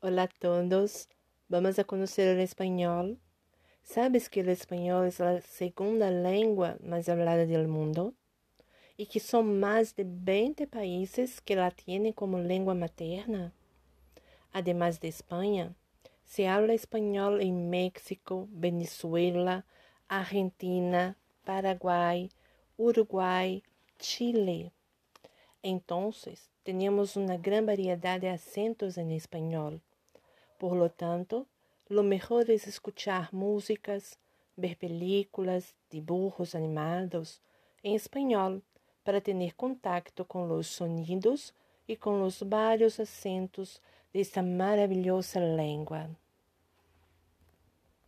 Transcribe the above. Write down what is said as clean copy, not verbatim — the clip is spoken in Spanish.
Hola a todos, vamos a conocer el español. ¿Sabes que el español es la segunda lengua más hablada del mundo? Y que son más de 20 países que la tienen como lengua materna. Además de España, se habla español en México, Venezuela, Argentina, Paraguay, Uruguay, Chile. Entonces, tenemos una gran variedad de acentos en español. Por lo tanto, lo mejor es escuchar músicas, ver películas, dibujos animados en español para tener contacto con los sonidos y con los varios acentos de esta maravillosa lengua.